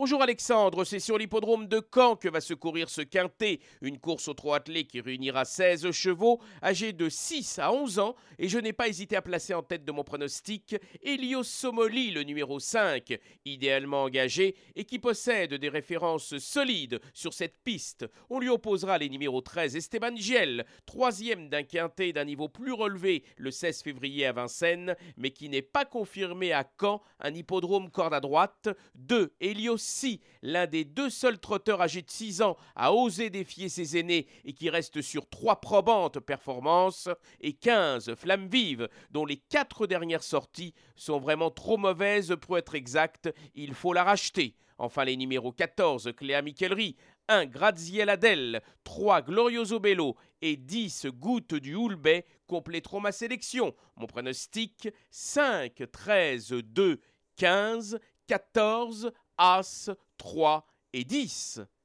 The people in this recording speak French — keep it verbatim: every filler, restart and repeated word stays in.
Bonjour Alexandre, c'est sur l'hippodrome de Caen que va se courir ce quintet, une course au trot attelé qui réunira seize chevaux âgés de six à onze ans et je n'ai pas hésité à placer en tête de mon pronostic Helios Somoli, le numéro cinq, idéalement engagé et qui possède des références solides sur cette piste. On lui opposera les numéros treize Esteban Giel, troisième d'un quintet d'un niveau plus relevé le seize février à Vincennes, mais qui n'est pas confirmé à Caen, un hippodrome corde à droite. deux Helios Si, l'un des deux seuls trotteurs âgés de six ans à oser défier ses aînés et qui reste sur trois probantes performances, et quinze Flamme Vive, dont les quatre dernières sorties sont vraiment trop mauvaises pour être exactes, il faut la racheter. Enfin les numéros quatorze Cléa Michelry, un Graziel Adèle, trois Glorioso Bello et dix Gouttes du Houlbet compléteront ma sélection. Mon pronostic cinq, treize, deux, quinze, quatorze, As, trois et dix.